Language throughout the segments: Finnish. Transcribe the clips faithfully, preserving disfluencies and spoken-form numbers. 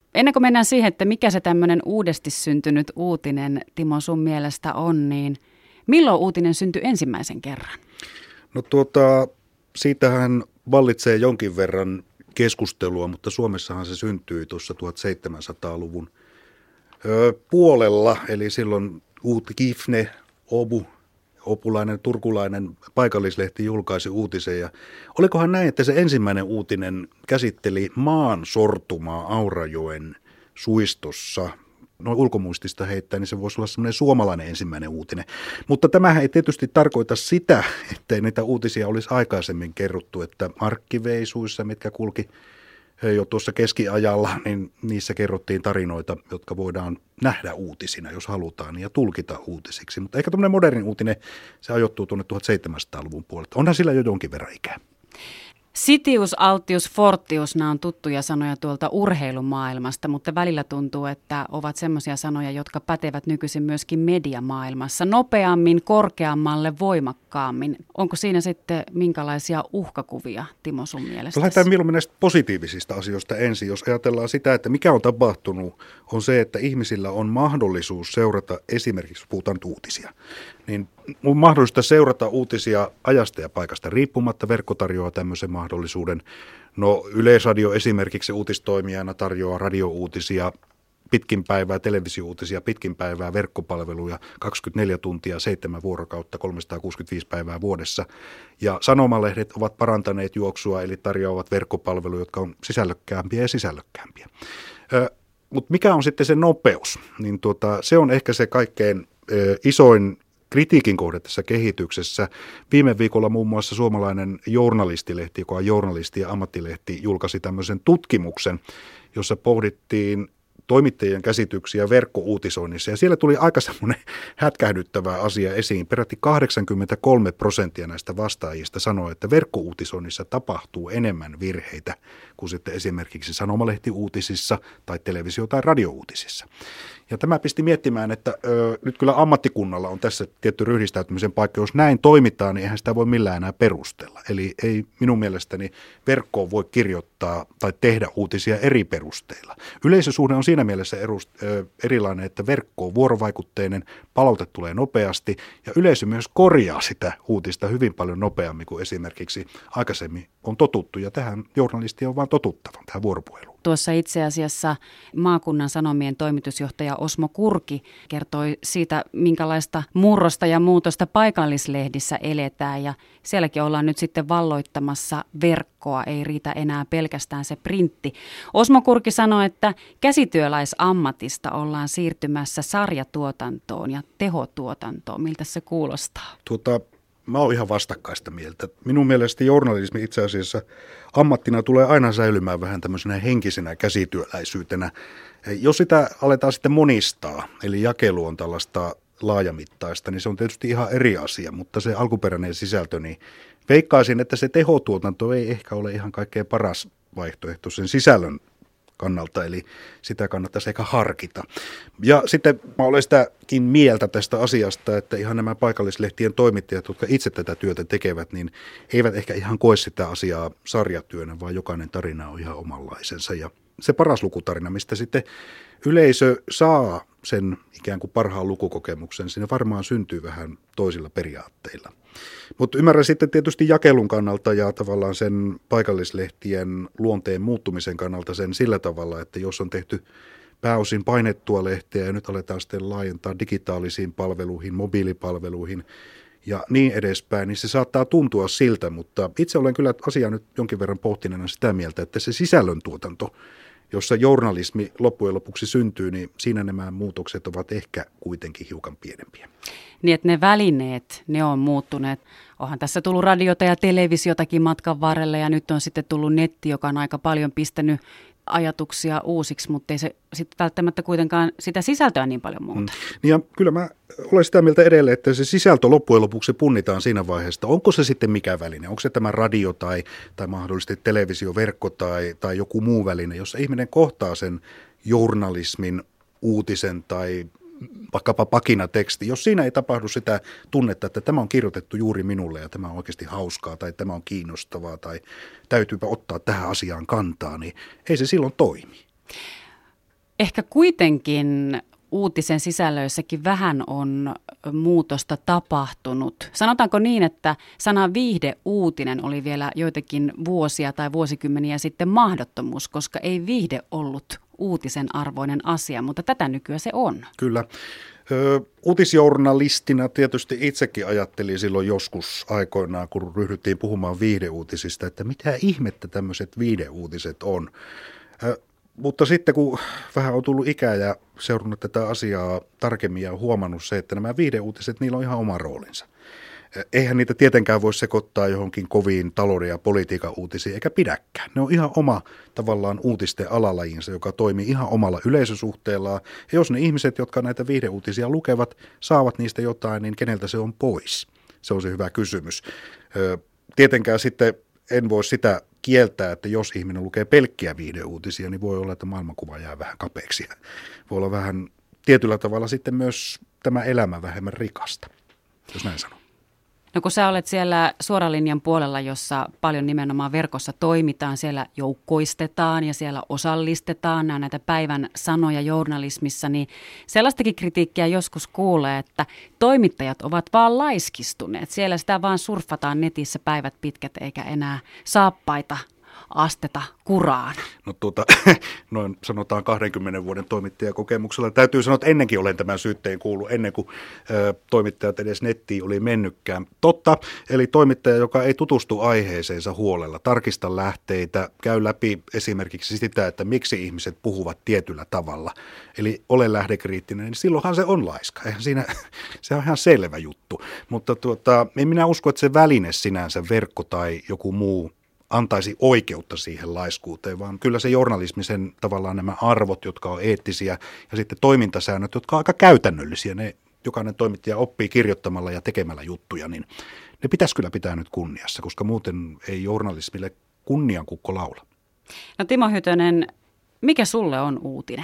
Ennen kuin mennään siihen, että mikä se tämmöinen uudesti syntynyt uutinen, Timo, sun mielestä on, niin milloin uutinen syntyi ensimmäisen kerran? No tuota, siitähän vallitsee jonkin verran keskustelua, mutta Suomessahan se syntyi tuossa tuhatseitsemänsataaluvun öö, puolella, eli silloin Uuti Kifne, Obu, opulainen turkulainen paikallislehti julkaisi uutisen. Ja olikohan näin, että se ensimmäinen uutinen käsitteli maan sortumaa Aurajoen suistossa? No ulkomuistista heittää, niin se voisi olla semmoinen suomalainen ensimmäinen uutinen. Mutta tämähän ei tietysti tarkoita sitä, ettei niitä uutisia olisi aikaisemmin kerrottu, että arkkiveisuissa, mitkä kulki jo tuossa keskiajalla, niin niissä kerrottiin tarinoita, jotka voidaan nähdä uutisina, jos halutaan, ja tulkita uutisiksi. Mutta ehkä tämmöinen moderni uutinen, se ajoittuu tuonne tuhatseitsemänsataaluvun puolelta. Onhan sillä jo jonkin verran ikää. Sitius, Altius, Fortius, nämä on tuttuja sanoja tuolta urheilumaailmasta, mutta välillä tuntuu, että ovat semmoisia sanoja, jotka pätevät nykyisin myöskin mediamaailmassa. Nopeammin, korkeammalle, voimakkaammin. Onko siinä sitten minkälaisia uhkakuvia, Timo, sun mielestä? Lähdetään mieluummin näistä positiivisista asioista ensin. Jos ajatellaan sitä, että mikä on tapahtunut, on se, että ihmisillä on mahdollisuus seurata esimerkiksi, puhutaan nyt uutisia, niin on mahdollista seurata uutisia ajasta ja paikasta riippumatta. Verkko tarjoaa tämmöisen mahdollisuuden. No Yleisradio esimerkiksi uutistoimijana tarjoaa radiouutisia pitkin päivää, televisiouutisia pitkin päivää, verkkopalveluja kaksikymmentäneljä tuntia, seitsemän vuorokautta, kolmesataakuusikymmentäviisi päivää vuodessa. Ja sanomalehdet ovat parantaneet juoksua, eli tarjoavat verkkopalveluja, jotka on sisällökkäämpiä ja sisällökkäämpiä. Ö, mutta mikä on sitten se nopeus? Niin tuota, se on ehkä se kaikkein ö, isoin kritiikin kohde tässä kehityksessä. Viime viikolla muun muassa suomalainen journalistilehti, joka on journalisti ja ammattilehti, julkaisi tämmöisen tutkimuksen, jossa pohdittiin toimittajien käsityksiä verkkouutisoinnissa. Ja siellä tuli aika semmoinen hätkähdyttävä asia esiin. Peräti kahdeksankymmentäkolme prosenttia näistä vastaajista sanoi, että verkkouutisoinnissa tapahtuu enemmän virheitä kuin sitten esimerkiksi sanomalehtiuutisissa tai televisio- tai radiouutisissa. Ja tämä pisti miettimään, että ö, nyt kyllä ammattikunnalla on tässä tietty ryhdistäytymisen paikka. Jos näin toimitaan, niin eihän sitä voi millään enää perustella. Eli ei minun mielestäni verkkoon voi kirjoittaa tai tehdä uutisia eri perusteilla. Yleisösuhde on siinä mielessä erust, ö, erilainen, että verkko on vuorovaikutteinen, palaute tulee nopeasti ja yleisö myös korjaa sitä uutista hyvin paljon nopeammin kuin esimerkiksi aikaisemmin on totuttu. Ja tähän journalisti on vaan totuttava, tähän vuoropuheluun. Tuossa itse asiassa maakunnan sanomien toimitusjohtaja Osmo Kurki kertoi siitä, minkälaista murrosta ja muutosta paikallislehdissä eletään. Ja sielläkin ollaan nyt sitten valloittamassa verkkoa, ei riitä enää pelkästään se printti. Osmo Kurki sanoi, että käsityöläisammatista ollaan siirtymässä sarjatuotantoon ja tehotuotantoon. Miltä se kuulostaa? Tuota... Mä oon ihan vastakkaista mieltä. Minun mielestä journalismi itse asiassa ammattina tulee aina säilymään vähän tämmöisenä henkisenä käsityöläisyytenä. Jos sitä aletaan sitten monistaa, eli jakelu on tällaista laajamittaista, niin se on tietysti ihan eri asia, mutta se alkuperäinen sisältö, niin veikkaisin, että se tehotuotanto ei ehkä ole ihan kaikkein paras vaihtoehto sen sisällön kannalta, eli sitä kannattaisi ehkä harkita. Ja sitten mä olen sitäkin mieltä tästä asiasta, että ihan nämä paikallislehtien toimittajat, jotka itse tätä työtä tekevät, niin eivät ehkä ihan koe sitä asiaa sarjatyönä, vaan jokainen tarina on ihan omanlaisensa. Ja se paras lukutarina, mistä sitten yleisö saa sen ikään kuin parhaan lukukokemuksen, siinä varmaan syntyy vähän toisilla periaatteilla. Mutta ymmärrän sitten tietysti jakelun kannalta ja tavallaan sen paikallislehtien luonteen muuttumisen kannalta sen sillä tavalla, että jos on tehty pääosin painettua lehteä ja nyt aletaan sitten laajentaa digitaalisiin palveluihin, mobiilipalveluihin ja niin edespäin, niin se saattaa tuntua siltä, mutta itse olen kyllä asiaa nyt jonkin verran pohtineena sitä mieltä, että se sisällöntuotanto, jossa journalismi loppujen lopuksi syntyy, niin siinä nämä muutokset ovat ehkä kuitenkin hiukan pienempiä. Niin, että ne välineet, ne on muuttuneet. Onhan tässä tullut radiota ja televisiotakin matkan varrella ja nyt on sitten tullut netti, joka on aika paljon pistänyt ajatuksia uusiksi, mutta ei se sitten välttämättä kuitenkaan sitä sisältöä niin paljon muuta. Mm. Niin ja kyllä mä olen sitä mieltä edelleen, että se sisältö loppujen lopuksi punnitaan siinä vaiheessa, onko se sitten mikä väline, onko se tämä radio tai, tai mahdollisesti televisioverkko tai, tai joku muu väline, jossa ihminen kohtaa sen journalismin, uutisen tai vaikkapa pakinateksti, jos siinä ei tapahdu sitä tunnetta, että tämä on kirjoitettu juuri minulle ja tämä on oikeasti hauskaa tai tämä on kiinnostavaa tai täytyypä ottaa tähän asiaan kantaa, niin ei se silloin toimi. Ehkä kuitenkin uutisen sisällöissäkin vähän on muutosta tapahtunut. Sanotaanko niin, että sana viihdeuutinen oli vielä joitakin vuosia tai vuosikymmeniä sitten mahdottomuus, koska ei viihde ollut uutisen arvoinen asia, mutta tätä nykyään se on. Kyllä. Ö, uutisjournalistina tietysti itsekin ajattelin silloin joskus aikoinaan, kun ryhdyttiin puhumaan viihdeuutisista, että mitä ihmettä tämmöiset viihdeuutiset on. Ö, Mutta sitten kun vähän on tullut ikää ja seurannut tätä asiaa tarkemmin ja huomannut se, että nämä viihdeuutiset, niillä on ihan oma roolinsa. Eihän niitä tietenkään voi sekoittaa johonkin koviin talouden ja politiikan uutisiin, eikä pidäkään. Ne on ihan oma tavallaan uutisten alalajinsa, joka toimii ihan omalla yleisösuhteellaan. Ja jos ne ihmiset, jotka näitä viihdeuutisia lukevat, saavat niistä jotain, niin keneltä se on pois? Se on se hyvä kysymys. Tietenkään sitten en voi sitä kieltää, että jos ihminen lukee pelkkiä viihdeuutisia, niin voi olla, että maailmankuva jää vähän kapeaksi. Voi olla vähän tietyllä tavalla sitten myös tämä elämä vähemmän rikasta, jos näin sanon. No kun sä olet siellä suoralinjan puolella, jossa paljon nimenomaan verkossa toimitaan, siellä joukkoistetaan ja siellä osallistetaan näitä päivän sanoja journalismissa, niin sellaistakin kritiikkiä joskus kuulee, että toimittajat ovat vaan laiskistuneet. Siellä sitä vaan surffataan netissä päivät pitkät eikä enää saappaita asteta kuraan. No tuota, noin sanotaan kahdenkymmenen vuoden toimittajakokemuksella. Täytyy sanoa, että ennenkin olen tämän syytteen kuullut, ennen kuin ö, toimittajat edes nettiin oli mennytkään. Totta, eli toimittaja, joka ei tutustu aiheeseensa huolella, tarkista lähteitä, käy läpi esimerkiksi sitä, että miksi ihmiset puhuvat tietyllä tavalla. Eli ole lähdekriittinen, niin silloinhan se on laiska. Eihän siinä, se on ihan selvä juttu. Mutta tuota, en minä usko, että se väline sinänsä, verkko tai joku muu, antaisi oikeutta siihen laiskuuteen, vaan kyllä se journalismi, sen tavallaan nämä arvot, jotka on eettisiä, ja sitten toimintasäännöt, jotka on aika käytännöllisiä, ne jokainen toimittaja oppii kirjoittamalla ja tekemällä juttuja, niin ne pitäisi kyllä pitää nyt kunniassa, koska muuten ei journalismille kunniankukko laula. No Timo Hytönen, mikä sulle on uutinen?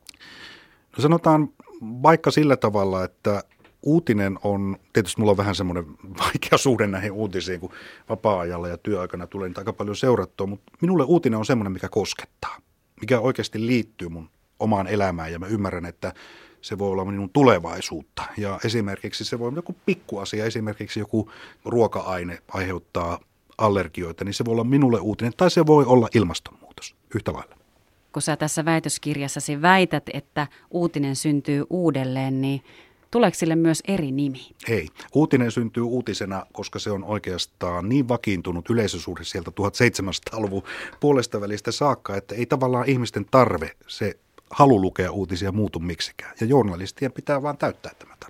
No sanotaan vaikka sillä tavalla, että uutinen on, tietysti mulla on vähän semmoinen vaikea suhde näihin uutisiin, kun vapaa-ajalla ja työaikana tulee niitä aika paljon seurattua, mutta minulle uutinen on semmoinen, mikä koskettaa, mikä oikeasti liittyy mun omaan elämään ja mä ymmärrän, että se voi olla minun tulevaisuutta. Ja esimerkiksi se voi olla joku pikkuasia, esimerkiksi joku ruoka-aine aiheuttaa allergioita, niin se voi olla minulle uutinen tai se voi olla ilmastonmuutos yhtä lailla. Kun sä tässä väitöskirjassasi väität, että uutinen syntyy uudelleen, niin tuleeko sille myös eri nimi? Ei. Uutinen syntyy uutisena, koska se on oikeastaan niin vakiintunut yleisösuhde sieltä tuhatseitsemänsataaluvun puolesta välistä saakka, että ei tavallaan ihmisten tarve, se halu lukea uutisia muutu miksikään. Ja journalistien pitää vaan täyttää tämä tarve.